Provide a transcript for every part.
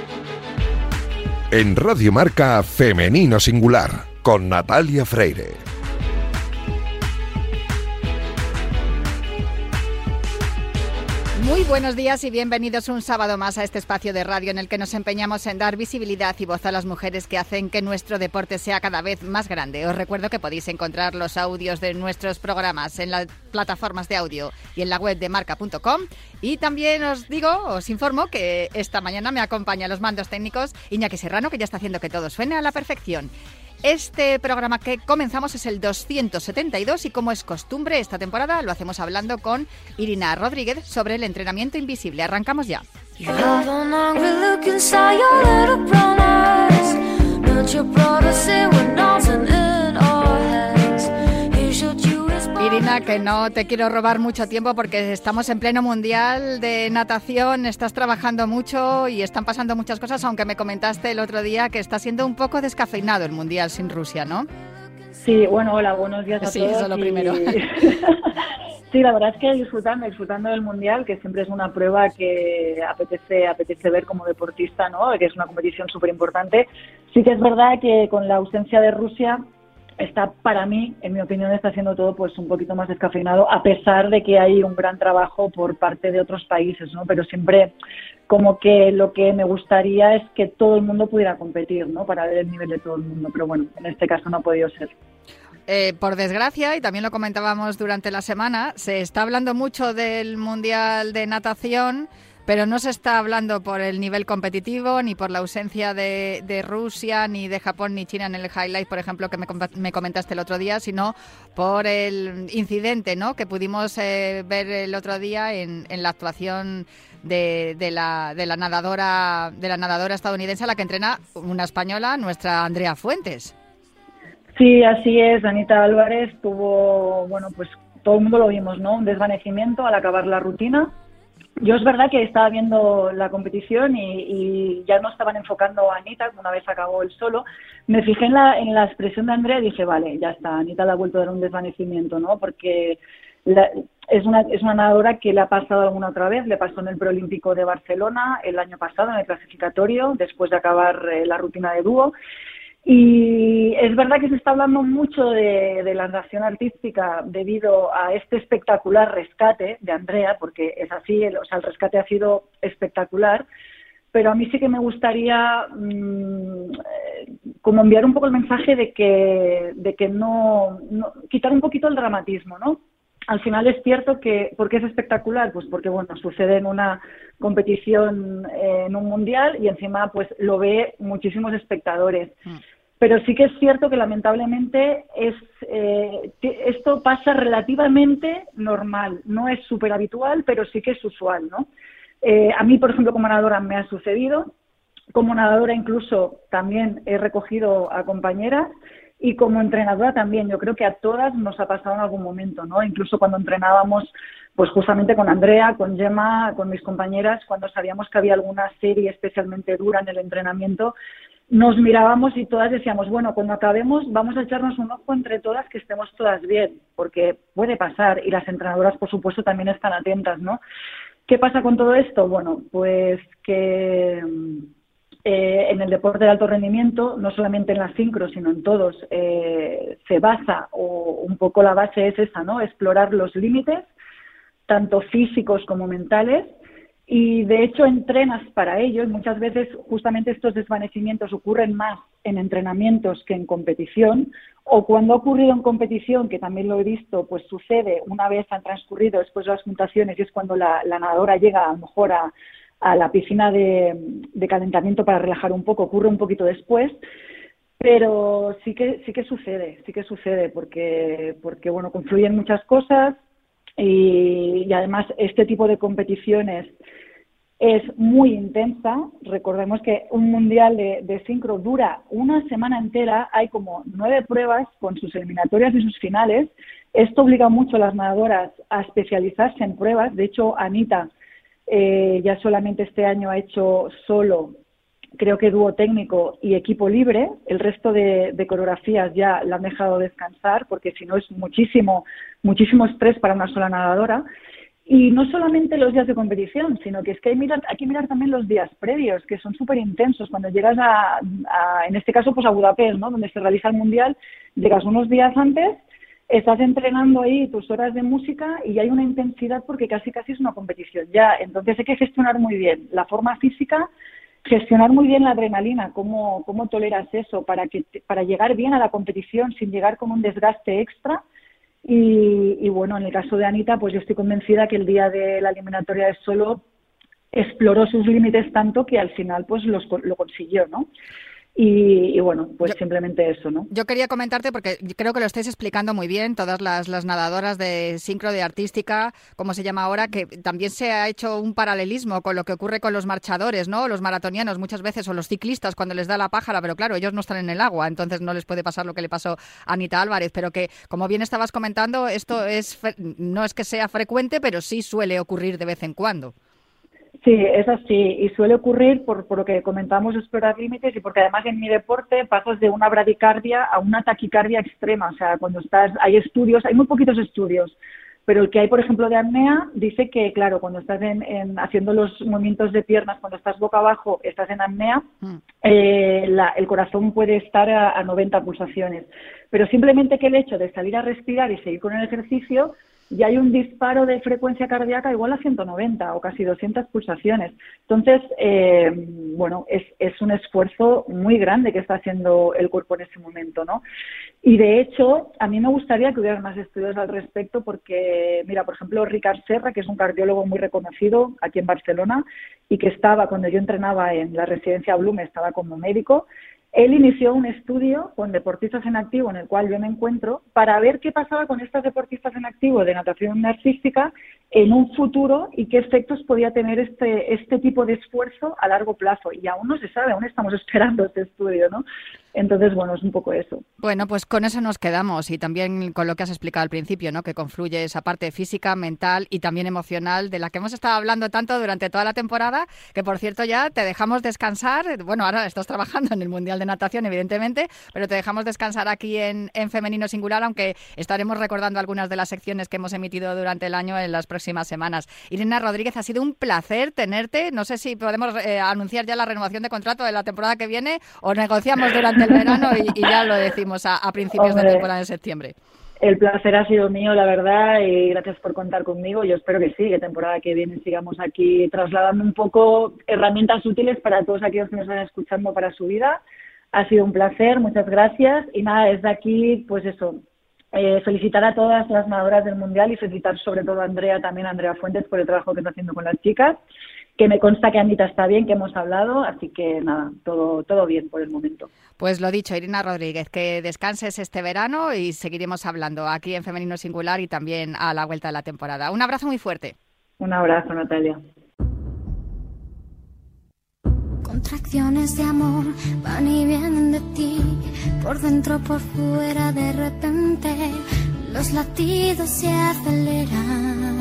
En Radio Marca, Femenino Singular, con Natalia Freire. Muy buenos días y bienvenidos un sábado más a este espacio de radio en el que nos empeñamos en dar visibilidad y voz a las mujeres que hacen que nuestro deporte sea cada vez más grande. Os recuerdo que podéis encontrar los audios de nuestros programas en las plataformas de audio y en la web de marca.com. Y también os informo que esta mañana me acompaña a los mandos técnicos Iñaki Serrano, que ya está haciendo que todo suene a la perfección. Este programa que comenzamos es el 272 y, como es costumbre esta temporada, lo hacemos hablando con Irina Rodríguez sobre el entrenamiento invisible. Arrancamos ya. Irina, que no te quiero robar mucho tiempo porque estamos en pleno mundial de natación, estás trabajando mucho y están pasando muchas cosas, aunque me comentaste el otro día que está siendo un poco descafeinado el mundial sin Rusia, ¿no? Sí, bueno, hola, buenos días a todos. Sí, eso es lo primero. Sí, la verdad es que disfrutando del mundial, que siempre es una prueba que apetece ver como deportista, ¿no? Que es una competición súper importante. Sí que es verdad que con la ausencia de Rusia está, para mí, en mi opinión, está siendo todo pues un poquito más descafeinado, a pesar de que hay un gran trabajo por parte de otros países, ¿no? Pero siempre como que lo que me gustaría es que todo el mundo pudiera competir, ¿no? Para ver el nivel de todo el mundo, pero bueno, en este caso no ha podido ser. Por desgracia, y también lo comentábamos durante la semana, se está hablando mucho del Mundial de Natación, pero no se está hablando por el nivel competitivo, ni por la ausencia de Rusia, ni de Japón, ni China en el highlight, por ejemplo, que me comentaste el otro día, sino por el incidente, ¿no?, que pudimos ver el otro día en la actuación de la nadadora estadounidense, a la que entrena una española, nuestra Andrea Fuentes. Sí, así es. Anita Álvarez tuvo, bueno, pues todo el mundo lo vimos, ¿no?, un desvanecimiento al acabar la rutina. Yo es verdad que estaba viendo la competición y ya no estaban enfocando a Anita una vez acabó el solo. Me fijé en la expresión de Andrea y dije, vale, ya está, Anita le ha vuelto a dar un desvanecimiento, ¿no? Porque es una nadadora que le ha pasado alguna otra vez, le pasó en el Preolímpico de Barcelona el año pasado, en el clasificatorio, después de acabar la rutina de dúo. Y es verdad que se está hablando mucho de la natación artística debido a este espectacular rescate de Andrea, porque es así, el rescate ha sido espectacular, pero a mí sí que me gustaría como enviar un poco el mensaje de que no quitar un poquito el dramatismo, ¿no? Al final es cierto que, ¿por qué es espectacular? Pues porque, bueno, sucede en una competición, en un mundial, y encima pues lo ve muchísimos espectadores. Pero sí que es cierto que lamentablemente esto pasa relativamente normal. No es súper habitual, pero sí que es usual, ¿no? A mí, por ejemplo, como nadadora me ha sucedido. Como nadadora incluso también he recogido a compañeras. Y como entrenadora también, yo creo que a todas nos ha pasado en algún momento, ¿no? Incluso cuando entrenábamos, pues justamente con Andrea, con Gemma, con mis compañeras, cuando sabíamos que había alguna serie especialmente dura en el entrenamiento, nos mirábamos y todas decíamos, bueno, cuando acabemos vamos a echarnos un ojo entre todas, que estemos todas bien, porque puede pasar, y las entrenadoras, por supuesto, también están atentas, ¿no? ¿Qué pasa con todo esto? Bueno, pues que en el deporte de alto rendimiento, no solamente en la sincro, sino en todos, se basa, o un poco la base es esa, ¿no? Explorar los límites, tanto físicos como mentales, y de hecho entrenas para ello, y muchas veces justamente estos desvanecimientos ocurren más en entrenamientos que en competición, o cuando ha ocurrido en competición, que también lo he visto, pues sucede una vez han transcurrido después de las puntuaciones, y es cuando la nadadora llega a lo mejor a la piscina de calentamiento para relajar un poco, ocurre un poquito después, pero sí que sucede, porque bueno, confluyen muchas cosas, y además este tipo de competiciones es muy intensa. Recordemos que un mundial de sincro dura una semana entera, hay como 9 pruebas con sus eliminatorias y sus finales. Esto obliga mucho a las nadadoras a especializarse en pruebas. De hecho, Anita ya solamente este año ha hecho solo, creo que dúo técnico y equipo libre. El resto de coreografías ya la han dejado descansar, porque si no es muchísimo estrés para una sola nadadora. Y no solamente los días de competición, sino que es que hay que mirar también los días previos, que son súper intensos. Cuando llegas en este caso, pues a Budapest, ¿no?, donde se realiza el Mundial, llegas unos días antes, estás entrenando ahí tus horas de música y hay una intensidad porque casi es una competición ya. Entonces hay que gestionar muy bien la forma física, gestionar muy bien la adrenalina, cómo toleras eso para llegar bien a la competición sin llegar con un desgaste extra. Y bueno, en el caso de Anita, pues yo estoy convencida que el día de la eliminatoria de solo exploró sus límites tanto que al final pues lo consiguió, ¿no? Y bueno, pues simplemente eso, ¿no? Yo quería comentarte, porque creo que lo estáis explicando muy bien, todas las nadadoras de sincro, de artística, como se llama ahora, que también se ha hecho un paralelismo con lo que ocurre con los marchadores, ¿no? Los maratonianos muchas veces, o los ciclistas cuando les da la pájara, pero claro, ellos no están en el agua, entonces no les puede pasar lo que le pasó a Anita Álvarez, pero que, como bien estabas comentando, esto no es que sea frecuente, pero sí suele ocurrir de vez en cuando. Sí, es así, y suele ocurrir por lo que comentamos, explorar límites, y porque además en mi deporte pasas de una bradicardia a una taquicardia extrema. O sea, cuando hay estudios, hay muy poquitos estudios, pero el que hay, por ejemplo, de apnea, dice que, claro, cuando estás haciendo los movimientos de piernas, cuando estás boca abajo, estás en apnea, el corazón puede estar a 90 pulsaciones. Pero simplemente que el hecho de salir a respirar y seguir con el ejercicio, ya hay un disparo de frecuencia cardíaca igual a 190 o casi 200 pulsaciones. Entonces, bueno, es un esfuerzo muy grande que está haciendo el cuerpo en ese momento, ¿no? Y de hecho, a mí me gustaría que hubiera más estudios al respecto porque, mira, por ejemplo, Ricard Serra, que es un cardiólogo muy reconocido aquí en Barcelona y que estaba, cuando yo entrenaba en la residencia Blume, estaba como médico. Él inició un estudio con deportistas en activo, en el cual yo me encuentro, para ver qué pasaba con estas deportistas en activo de natación artística en un futuro y qué efectos podía tener este tipo de esfuerzo a largo plazo. Y aún no se sabe, aún estamos esperando este estudio, ¿no? Entonces, bueno, es un poco eso. Bueno, pues con eso nos quedamos, y también con lo que has explicado al principio, ¿no? Que confluye esa parte física, mental y también emocional de la que hemos estado hablando tanto durante toda la temporada, que por cierto ya te dejamos descansar. Bueno, ahora estás trabajando en el Mundial de Natación, evidentemente, pero te dejamos descansar aquí en Femenino Singular, aunque estaremos recordando algunas de las secciones que hemos emitido durante el año en las próximas semanas. Irina Rodríguez, ha sido un placer tenerte. No sé si podemos anunciar ya la renovación de contrato de la temporada que viene o negociamos durante el verano y ya lo decimos a principios de temporada en septiembre. El placer ha sido mío, la verdad, y gracias por contar conmigo. Yo espero que sí, que temporada que viene sigamos aquí trasladando un poco herramientas útiles para todos aquellos que nos están escuchando para su vida. Ha sido un placer, muchas gracias. Y nada, desde aquí, pues eso, felicitar a todas las nadadoras del Mundial y felicitar sobre todo a Andrea Fuentes, por el trabajo que está haciendo con las chicas, que me consta que Anita está bien, que hemos hablado, así que nada, todo bien por el momento. Pues lo dicho, Irina Rodríguez, que descanses este verano y seguiremos hablando aquí en Femenino Singular y también a la vuelta de la temporada. Un abrazo muy fuerte. Un abrazo, Natalia. Contracciones de amor van y vienen de ti, por dentro, por fuera, de repente los latidos se aceleran.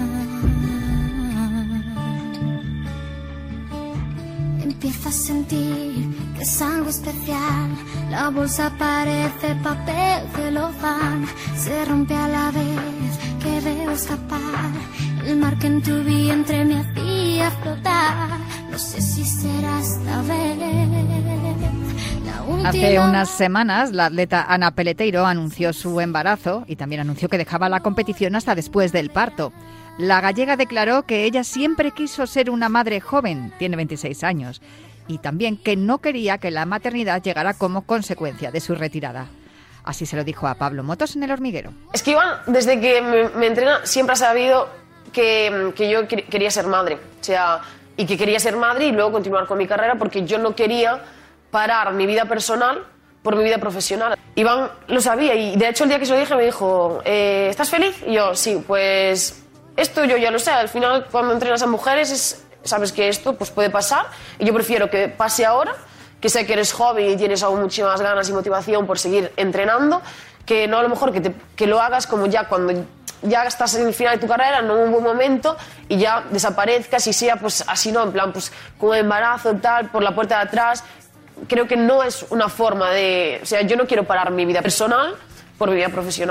Empiezas a sentir que es algo especial, la bolsa parece papel celofán, se rompe a la vez que veo escapar el mar que en tu vientre me hacía flotar. No sé si será esta vez la última. Hace unas semanas la atleta Ana Peleteiro anunció su embarazo y también anunció que dejaba la competición hasta después del parto. La gallega declaró que ella siempre quiso ser una madre joven, tiene 26 años, y también que no quería que la maternidad llegara como consecuencia de su retirada. Así se lo dijo a Pablo Motos en El Hormiguero. Es que Iván, desde que me entrena, siempre ha sabido que yo quería ser madre. O sea, y que quería ser madre y luego continuar con mi carrera, porque yo no quería parar mi vida personal por mi vida profesional. Iván lo sabía y de hecho el día que se lo dije me dijo, ¿estás feliz? Y yo, sí, pues esto yo ya lo sé. Al final, cuando entrenas a mujeres, sabes que esto pues puede pasar y yo prefiero que pase ahora, que sé que eres joven y tienes aún muchísimas ganas y motivación por seguir entrenando, que no a lo mejor que lo hagas como ya cuando ya estás en el final de tu carrera, no en un buen momento, y ya desaparezcas y sea pues así, no, en plan pues con embarazo tal, por la puerta de atrás. Creo que no es una forma de... O sea, yo no quiero parar mi vida personal por mi vida profesional.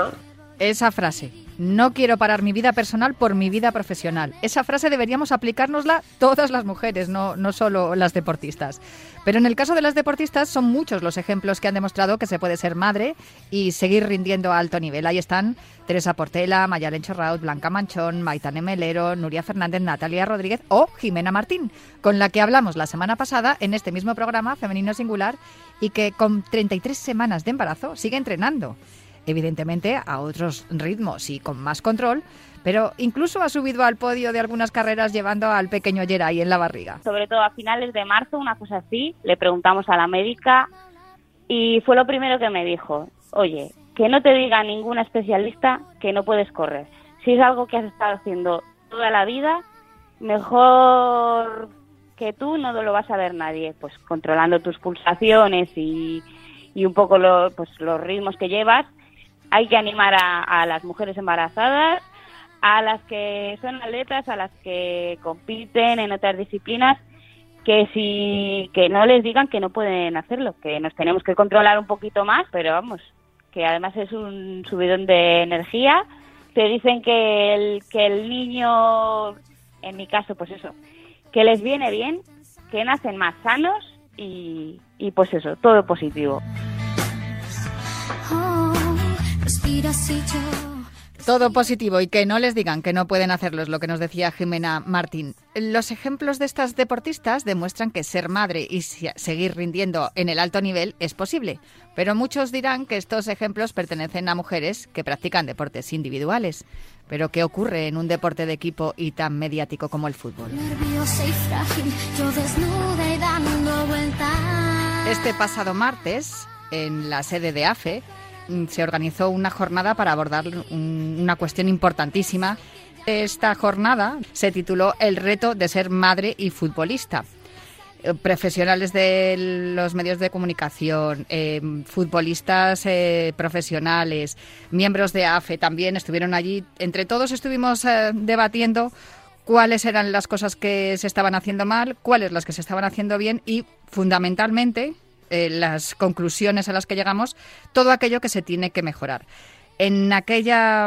Esa frase, no quiero parar mi vida personal por mi vida profesional. Esa frase deberíamos aplicárnosla todas las mujeres, no solo las deportistas. Pero en el caso de las deportistas son muchos los ejemplos que han demostrado que se puede ser madre y seguir rindiendo a alto nivel. Ahí están Teresa Portela, Mayalen Chorraut, Blanca Manchón, Maitane Melero, Nuria Fernández, Natalia Rodríguez o Jimena Martín, con la que hablamos la semana pasada en este mismo programa Femenino Singular y que con 33 semanas de embarazo sigue entrenando. Evidentemente a otros ritmos y con más control, pero incluso ha subido al podio de algunas carreras llevando al pequeño Yeray en la barriga. Sobre todo a finales de marzo, una cosa así, le preguntamos a la médica y fue lo primero que me dijo: oye, que no te diga ninguna especialista que no puedes correr. Si es algo que has estado haciendo toda la vida, mejor que tú no lo vas a ver nadie, pues controlando tus pulsaciones y un poco los ritmos que llevas. Hay que animar a las mujeres embarazadas, a las que son atletas, a las que compiten en otras disciplinas, que no les digan que no pueden hacerlo, que nos tenemos que controlar un poquito más, pero vamos, que además es un subidón de energía. Te dicen que el niño, en mi caso, pues eso, que les viene bien, que nacen más sanos y pues eso, todo positivo. Todo positivo y que no les digan que no pueden hacerlo, es lo que nos decía Jimena Martín. Los ejemplos de estas deportistas demuestran que ser madre y seguir rindiendo en el alto nivel es posible, pero muchos dirán que estos ejemplos pertenecen a mujeres que practican deportes individuales. Pero ¿qué ocurre en un deporte de equipo y tan mediático como el fútbol? Este pasado martes, en la sede de AFE, se organizó una jornada para abordar una cuestión importantísima. Esta jornada se tituló El reto de ser madre y futbolista. Profesionales de los medios de comunicación, futbolistas profesionales, miembros de AFE también estuvieron allí. Entre todos estuvimos debatiendo cuáles eran las cosas que se estaban haciendo mal, cuáles las que se estaban haciendo bien y, fundamentalmente, las conclusiones a las que llegamos, todo aquello que se tiene que mejorar. En aquella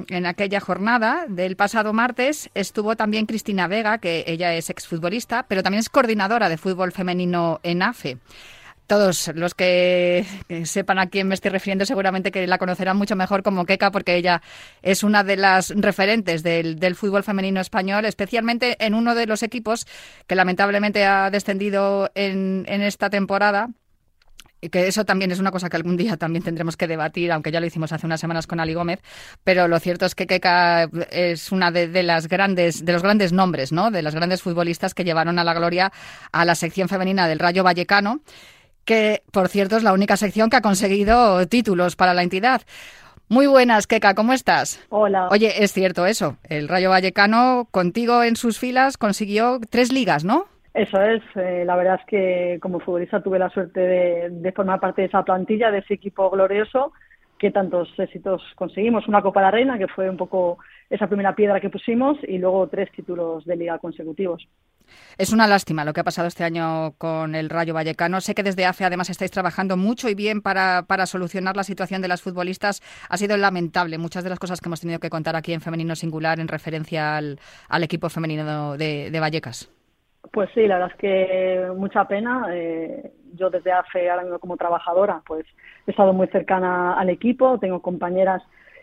jornada del pasado martes estuvo también Cristina Vega, que ella es exfutbolista, pero también es coordinadora de fútbol femenino en AFE. Todos los que sepan a quién me estoy refiriendo seguramente que la conocerán mucho mejor como Keka, porque ella es una de las referentes del fútbol femenino español, especialmente en uno de los equipos que lamentablemente ha descendido en esta temporada. Y que eso también es una cosa que algún día también tendremos que debatir, aunque ya lo hicimos hace unas semanas con Ali Gómez, pero lo cierto es que Keka es una de los grandes nombres, ¿no? De las grandes futbolistas que llevaron a la gloria a la sección femenina del Rayo Vallecano, que, por cierto, es la única sección que ha conseguido títulos para la entidad. Muy buenas, Keka, ¿cómo estás? Hola. Oye, es cierto eso, el Rayo Vallecano contigo en sus filas consiguió 3 ligas, ¿no? Eso es, la verdad es que como futbolista tuve la suerte de formar parte de esa plantilla, de ese equipo glorioso que tantos éxitos conseguimos. Una Copa de la Reina, que fue un poco esa primera piedra que pusimos, y luego 3 títulos de liga consecutivos. Es una lástima lo que ha pasado este año con el Rayo Vallecano. Sé que desde AFE además estáis trabajando mucho y bien para solucionar la situación de las futbolistas. Ha sido lamentable muchas de las cosas que hemos tenido que contar aquí en Femenino Singular en referencia al equipo femenino de Vallecas. Pues sí, la verdad es que mucha pena. Yo desde AFE, ahora mismo como trabajadora, pues he estado muy cercana al equipo, tengo compañeras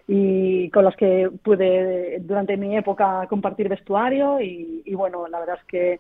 y con las que pude durante mi época compartir vestuario y bueno, la verdad es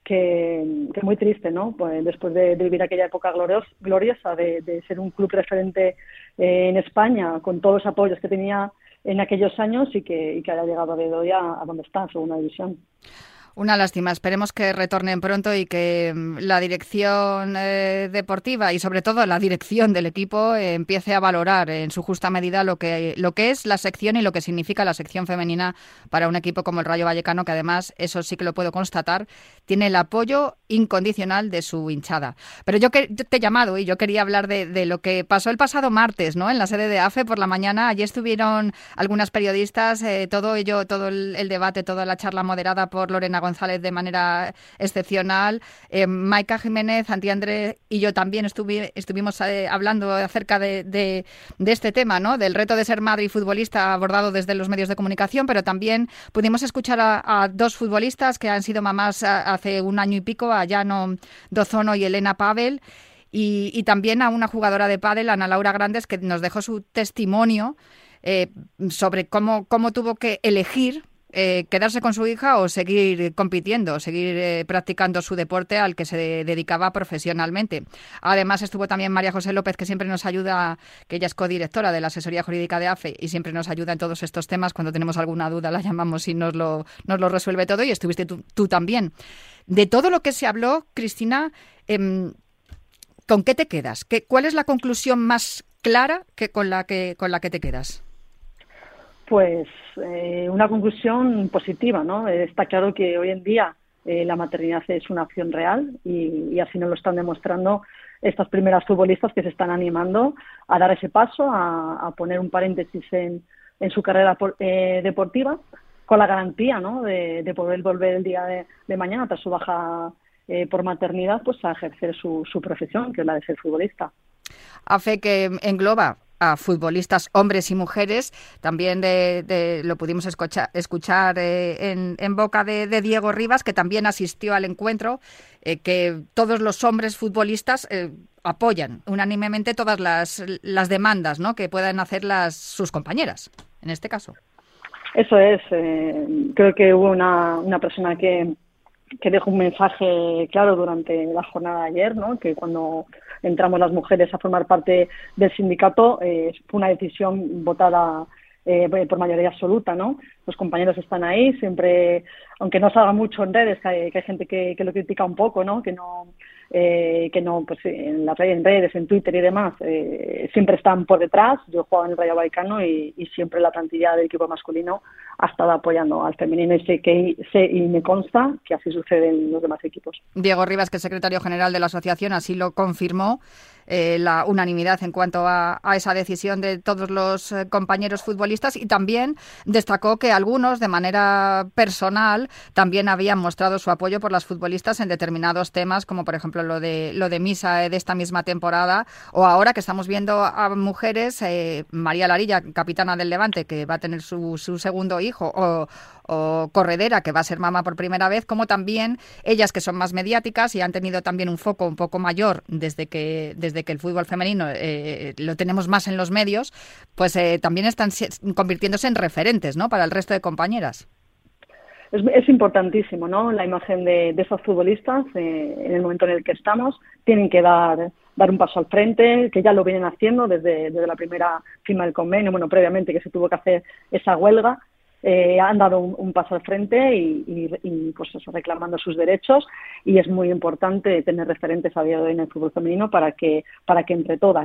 que muy triste, ¿no? Pues después de vivir aquella época gloriosa de ser un club referente en España, con todos los apoyos que tenía en aquellos años y que haya llegado a día de hoy a donde está, en segunda división. Una lástima. Esperemos que retornen pronto y que la dirección deportiva y sobre todo la dirección del equipo empiece a valorar en su justa medida lo que es la sección y lo que significa la sección femenina para un equipo como el Rayo Vallecano, que además, eso sí que lo puedo constatar, tiene el apoyo incondicional de su hinchada. Pero yo te he llamado y yo quería hablar de lo que pasó el pasado martes, ¿no? En la sede de AFE por la mañana. Allí estuvieron algunas periodistas, todo el debate, toda la charla moderada por Lorena González de manera excepcional. Maika Jiménez, Antí André y yo también estuvimos hablando acerca de este tema, ¿no? Del reto de ser madre y futbolista abordado desde los medios de comunicación, pero también pudimos escuchar a dos futbolistas que han sido mamás hace un año y pico, a Llano Dozono y Elena Pavel, y también a una jugadora de pádel, Ana Laura Grandes, que nos dejó su testimonio sobre cómo tuvo que elegir quedarse con su hija o seguir compitiendo, seguir practicando su deporte al que se dedicaba profesionalmente. Además estuvo también María José López, que siempre nos ayuda, que ella es codirectora de la asesoría jurídica de AFE y siempre nos ayuda en todos estos temas. Cuando tenemos alguna duda la llamamos y nos lo resuelve todo, y estuviste tú también. De todo lo que se habló, Cristina, ¿con qué te quedas? ¿Cuál es la conclusión más clara con la que te quedas? Pues una conclusión positiva, ¿no? Está claro que hoy en día la maternidad es una opción real y así nos lo están demostrando estas primeras futbolistas que se están animando a dar ese paso, a poner un paréntesis en su carrera deportiva, con la garantía, ¿no? de poder volver el día de mañana tras su baja por maternidad, pues a ejercer su profesión, que es la de ser futbolista. AFE, que engloba a futbolistas hombres y mujeres, también lo pudimos escuchar en boca de Diego Rivas, que también asistió al encuentro, que todos los hombres futbolistas apoyan unánimemente todas las demandas, ¿no?, que puedan hacer sus compañeras, en este caso. Eso es. Creo que hubo una persona que dejó un mensaje claro durante la jornada de ayer, ¿no?, que cuando entramos las mujeres a formar parte del sindicato fue una decisión votada por mayoría absoluta, ¿no? Los compañeros están ahí, siempre, aunque no salga mucho en redes, que hay gente que lo critica un poco, ¿no? Que no, pues en redes, en Twitter y demás, siempre están por detrás. Yo he jugado en el Rayo Vallecano y siempre la plantilla del equipo masculino ha estado apoyando al femenino, y sé y me consta que así sucede en los demás equipos. Diego Rivas, que es secretario general de la asociación, así lo confirmó, la unanimidad en cuanto a esa decisión de todos los compañeros futbolistas, y también destacó que algunos, de manera personal, también habían mostrado su apoyo por las futbolistas en determinados temas, como por ejemplo lo de Misa de esta misma temporada, o ahora que estamos viendo a mujeres, María Larilla, capitana del Levante, que va a tener su segundo hijo, o Corredera, que va a ser mamá por primera vez, como también ellas, que son más mediáticas y han tenido también un foco un poco mayor desde que el fútbol femenino lo tenemos más en los medios, pues también están convirtiéndose en referentes, ¿no?, para el resto de compañeras. Es importantísimo, ¿no?, la imagen de esos futbolistas en el momento en el que estamos. Tienen que dar un paso al frente, que ya lo vienen haciendo desde la primera firma del convenio, previamente que se tuvo que hacer esa huelga. Han dado un paso al frente y pues eso, reclamando sus derechos, y es muy importante tener referentes a día de hoy en el fútbol femenino para que entre todas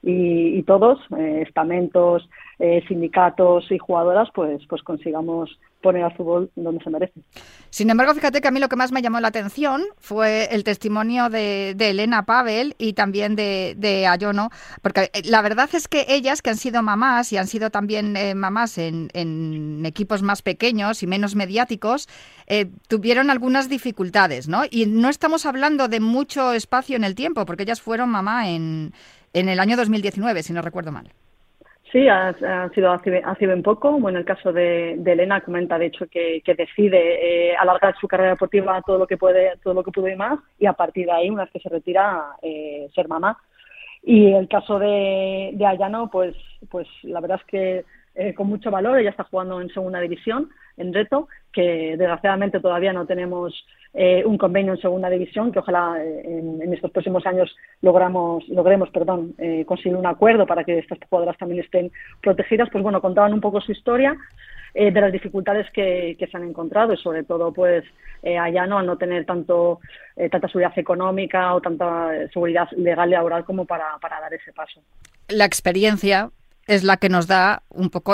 y todos, estamentos, sindicatos y jugadoras, pues consigamos poner al fútbol donde se merece. Sin embargo, fíjate que a mí lo que más me llamó la atención fue el testimonio de Elena Pavel y también de Ayono, porque la verdad es que ellas, que han sido mamás y han sido también mamás en equipos más pequeños y menos mediáticos, tuvieron algunas dificultades, ¿no? Y no estamos hablando de mucho espacio en el tiempo, porque ellas fueron mamá en el año 2019, si no recuerdo mal. Sí, ha sido hace bien poco. Bueno, el caso de Elena comenta, de hecho, que decide alargar su carrera deportiva todo lo que pudo y más, y a partir de ahí, una vez que se retira, ser mamá. Y el caso de Ayano, pues la verdad es que con mucho valor. Ella está jugando en segunda división, en Reto, que desgraciadamente todavía no tenemos un convenio en segunda división, que ojalá en estos próximos años logremos conseguir un acuerdo para que estas jugadoras también estén protegidas. Pues bueno, contaban un poco su historia, de las dificultades que se han encontrado, y sobre todo pues Ayano, al no tener tanta seguridad económica o tanta seguridad legal y laboral como para dar ese paso. La experiencia es la que nos da un poco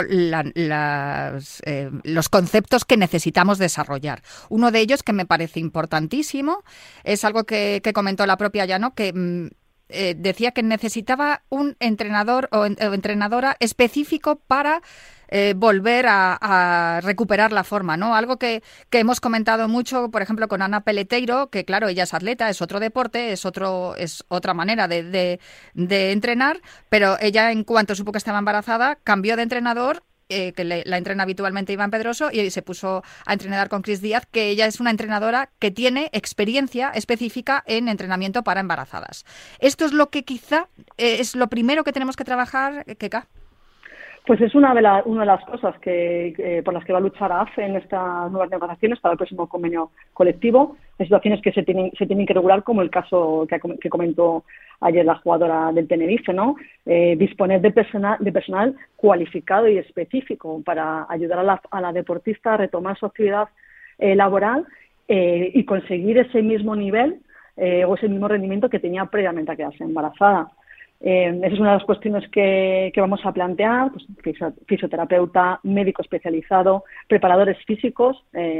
los conceptos que necesitamos desarrollar. Uno de ellos, que me parece importantísimo, es algo que comentó la propia Ayano, que decía que necesitaba un entrenador o entrenadora específico para volver a recuperar la forma, ¿no? Algo que hemos comentado mucho, por ejemplo, con Ana Peleteiro, que claro, ella es atleta, es otro deporte, es otra manera de entrenar, pero ella, en cuanto supo que estaba embarazada, cambió de entrenador, que la entrena habitualmente Iván Pedroso, y se puso a entrenar con Cris Díaz, que ella es una entrenadora que tiene experiencia específica en entrenamiento para embarazadas. Esto es lo que quizá es lo primero que tenemos que trabajar, Keka. Pues es una de las cosas por las que va a luchar AFE en estas nuevas negociaciones para el próximo convenio colectivo. Hay situaciones que se tienen que regular, como el caso que comentó ayer la jugadora del Tenerife, ¿no? Disponer de personal cualificado y específico para ayudar a la deportista a retomar su actividad laboral y conseguir ese mismo nivel o ese mismo rendimiento que tenía previamente a quedarse embarazada. Esa es una de las cuestiones que vamos a plantear, pues, fisioterapeuta, médico especializado, preparadores físicos,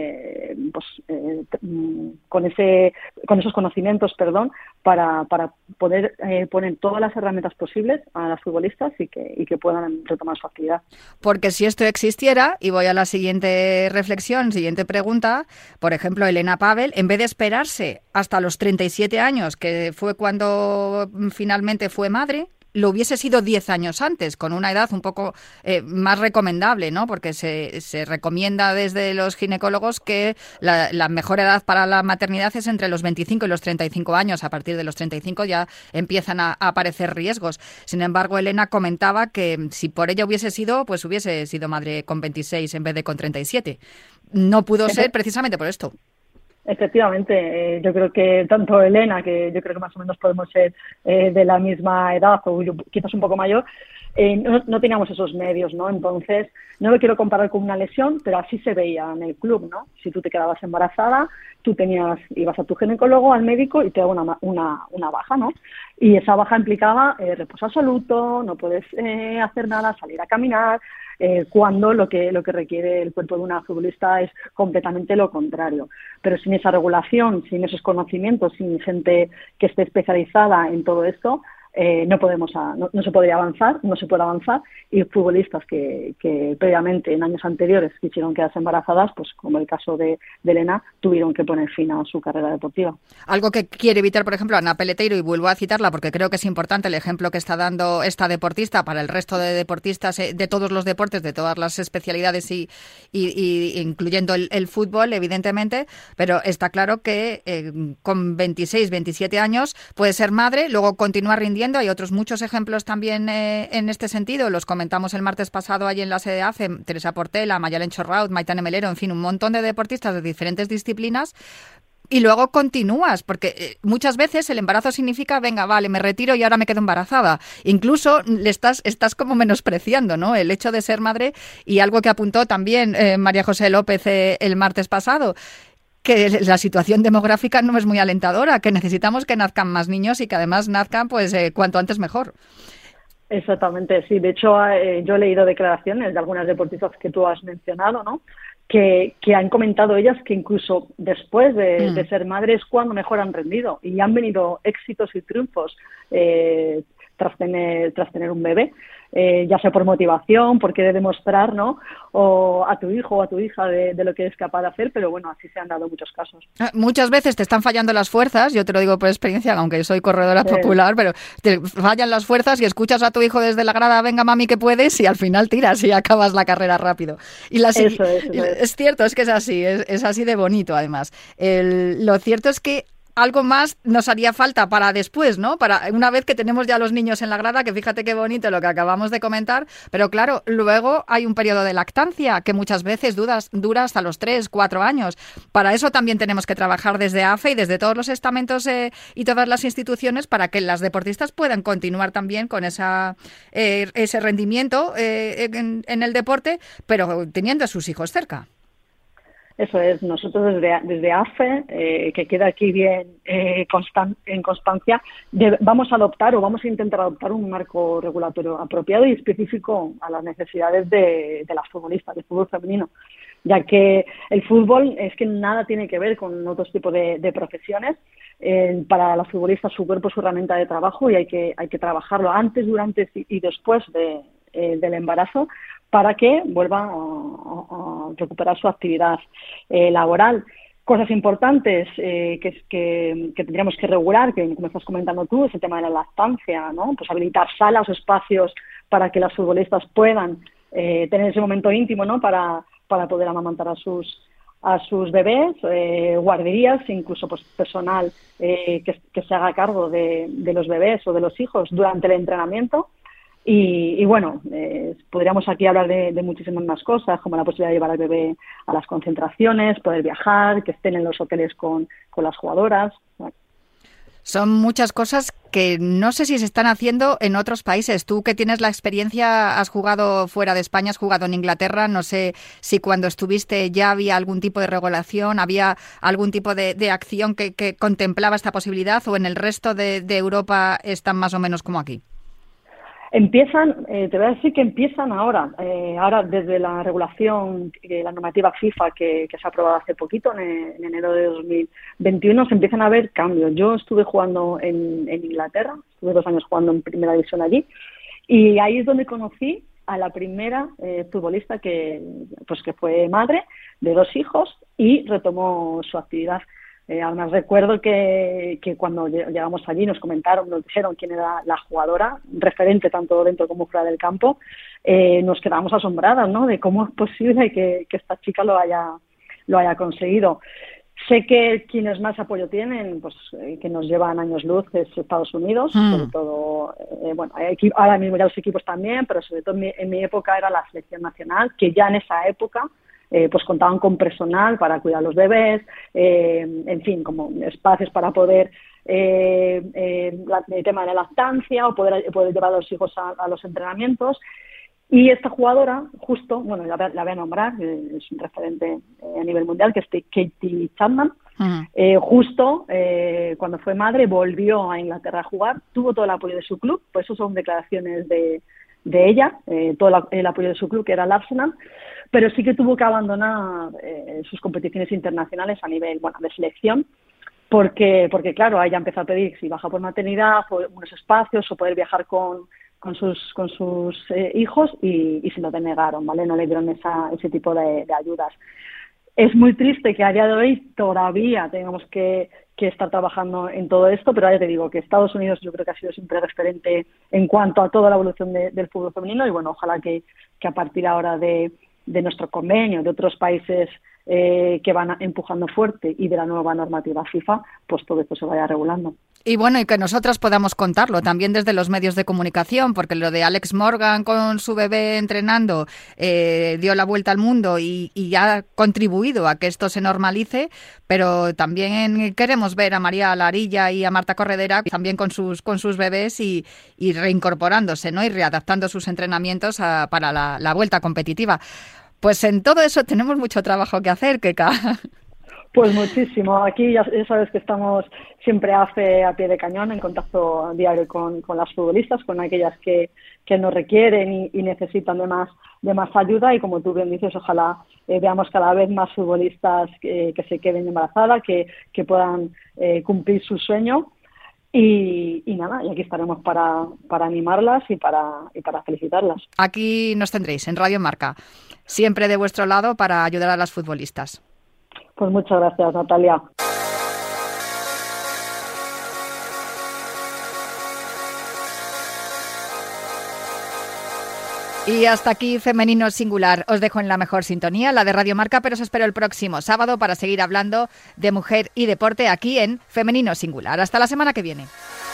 con esos conocimientos, para poder poner todas las herramientas posibles a las futbolistas y que puedan retomar su actividad. Porque si esto existiera, y voy a la siguiente reflexión, siguiente pregunta, por ejemplo, Elena Pavel, en vez de esperarse hasta los 37 años, que fue cuando finalmente fue madre, lo hubiese sido 10 años antes, con una edad un poco más recomendable, ¿no? Porque se recomienda desde los ginecólogos que la mejor edad para la maternidad es entre los 25 y los 35 años. A partir de los 35 ya empiezan a aparecer riesgos. Sin embargo, Elena comentaba que si por ella hubiese sido madre con 26 en vez de con 37. No pudo ser precisamente por esto. Efectivamente, yo creo que tanto Elena, que yo creo que más o menos podemos ser de la misma edad o yo quizás un poco mayor, no teníamos esos medios, ¿no? Entonces, no lo quiero comparar con una lesión, pero así se veía en el club, ¿no? Si tú te quedabas embarazada, ibas a tu ginecólogo, al médico, y te daba una baja, ¿no? Y esa baja implicaba reposo absoluto, no puedes hacer nada, salir a caminar, cuando lo que requiere el cuerpo de una futbolista es completamente lo contrario. Pero sin esa regulación, sin esos conocimientos, sin gente que esté especializada en todo esto, no se podría avanzar, no se puede avanzar, y futbolistas que previamente, en años anteriores, quisieron quedarse embarazadas, pues como el caso de Elena, tuvieron que poner fin a su carrera deportiva. Algo que quiere evitar, por ejemplo, Ana Peleteiro, y vuelvo a citarla porque creo que es importante el ejemplo que está dando esta deportista para el resto de deportistas de todos los deportes, de todas las especialidades y incluyendo el fútbol, evidentemente, pero está claro que con 26, 27 años puede ser madre, luego continúa rindiendo. Hay otros muchos ejemplos también en este sentido. Los comentamos el martes pasado allí en la sede de AFE, Teresa Portela, Mayalen Chorraut, Maitane Melero, en fin, un montón de deportistas de diferentes disciplinas. Y luego continúas, porque muchas veces el embarazo significa, venga, vale, me retiro y ahora me quedo embarazada. Incluso estás como menospreciando, ¿no?, el hecho de ser madre, y algo que apuntó también María José López el martes pasado, que la situación demográfica no es muy alentadora, que necesitamos que nazcan más niños y que además nazcan pues cuanto antes mejor. Exactamente, sí. De hecho, yo he leído declaraciones de algunas deportistas que tú has mencionado, ¿no?, que han comentado ellas que incluso después de ser madres cuando mejor han rendido, y han venido éxitos y triunfos tras tener un bebé, ya sea por motivación, por querer demostrar, ¿no?, o a tu hijo o a tu hija de lo que es capaz de hacer, pero bueno, así se han dado muchos casos. Muchas veces te están fallando las fuerzas, yo te lo digo por experiencia, aunque soy corredora popular, pero te fallan las fuerzas y escuchas a tu hijo desde la grada, venga mami que puedes, y al final tiras y acabas la carrera rápido. Y es cierto, es que es así, es así de bonito además. Lo cierto es que algo más nos haría falta para después, ¿no? Para una vez que tenemos ya los niños en la grada, que fíjate qué bonito lo que acabamos de comentar, pero claro, luego hay un periodo de lactancia que muchas veces dura hasta los 3, 4 años. Para eso también tenemos que trabajar desde AFE y desde todos los estamentos y todas las instituciones para que las deportistas puedan continuar también con ese rendimiento en el deporte, pero teniendo a sus hijos cerca. Eso es, nosotros desde AFE, que queda aquí bien en constancia, vamos a intentar adoptar un marco regulatorio apropiado y específico a las necesidades de las futbolistas, del fútbol femenino. ya que el fútbol es que nada tiene que ver con otros tipos de profesiones. Para los futbolistas su cuerpo es su herramienta de trabajo y hay que trabajarlo antes, durante y después del embarazo para que vuelva a recuperar su actividad laboral. Cosas importantes que tendríamos que regular, que como estás comentando tú, es el tema de la lactancia, ¿no? Pues habilitar salas o espacios para que los futbolistas puedan tener ese momento íntimo, ¿no? Para poder amamantar a sus bebés, guarderías, incluso pues personal que se haga cargo de los bebés o de los hijos durante el entrenamiento. Y bueno, podríamos aquí hablar de muchísimas más cosas, como la posibilidad de llevar al bebé a las concentraciones, poder viajar, que estén en los hoteles con las jugadoras. Bueno. Son muchas cosas que no sé si se están haciendo en otros países. Tú que tienes la experiencia, has jugado fuera de España, has jugado en Inglaterra, no sé si cuando estuviste ya había algún tipo de regulación, había algún tipo de acción que contemplaba esta posibilidad, o en el resto de Europa están más o menos como aquí. Empiezan, te voy a decir que empiezan ahora desde la regulación, la normativa FIFA que se ha aprobado hace poquito, en enero de 2021, se empiezan a ver cambios. Yo estuve jugando en Inglaterra, estuve 2 años jugando en primera división allí, y ahí es donde conocí a la primera futbolista que fue madre de 2 hijos y retomó su actividad. Además recuerdo que cuando llegamos allí nos dijeron quién era la jugadora, referente tanto dentro como fuera del campo. Nos quedamos asombradas, ¿no? De cómo es posible que esta chica lo haya conseguido. Sé que quienes más apoyo tienen, pues que nos llevan años luz, es Estados Unidos, sobre todo, ahora mismo ya los equipos también, pero sobre todo en mi época era la selección nacional, que ya en esa época pues contaban con personal para cuidar a los bebés, en fin, como espacios para poder el tema de la lactancia o poder llevar a los hijos a los entrenamientos. Y esta jugadora, justo, bueno, la voy a nombrar, es un referente a nivel mundial, que es Katie Chapman. Justo cuando fue madre volvió a Inglaterra a jugar, tuvo todo el apoyo de su club, pues eso son declaraciones de ella, todo el apoyo de su club, que era el Arsenal, pero sí que tuvo que abandonar sus competiciones internacionales a nivel de selección, porque claro, ella empezó a pedir si baja por maternidad, por unos espacios o poder viajar con sus hijos y se lo denegaron, ¿vale? No le dieron ese tipo de ayudas. Es muy triste que a día de hoy todavía tengamos que estar trabajando en todo esto, pero ya te digo que Estados Unidos yo creo que ha sido siempre referente en cuanto a toda la evolución del fútbol femenino y bueno, ojalá que a partir ahora de nuestro convenio, de otros países que van empujando fuerte y de la nueva normativa FIFA, pues todo esto se vaya regulando. Y bueno, y que nosotras podamos contarlo también desde los medios de comunicación, porque lo de Alex Morgan con su bebé entrenando dio la vuelta al mundo y ha contribuido a que esto se normalice, pero también queremos ver a María Larilla y a Marta Corredera también con sus bebés y reincorporándose, ¿no? Y readaptando sus entrenamientos para la vuelta competitiva. Pues en todo eso tenemos mucho trabajo que hacer, Keka. Pues muchísimo. Aquí ya sabes que estamos siempre a pie de cañón, en contacto diario con las futbolistas, con aquellas que nos requieren y necesitan de más ayuda. Y como tú bien dices, ojalá veamos cada vez más futbolistas que se queden embarazadas, que puedan cumplir su sueño. Y nada, y aquí estaremos para animarlas y para felicitarlas. Aquí nos tendréis en Radio Marca, siempre de vuestro lado para ayudar a las futbolistas. Pues muchas gracias, Natalia. Y hasta aquí Femenino Singular. Os dejo en la mejor sintonía, la de Radio Marca, pero os espero el próximo sábado para seguir hablando de mujer y deporte aquí en Femenino Singular. Hasta la semana que viene.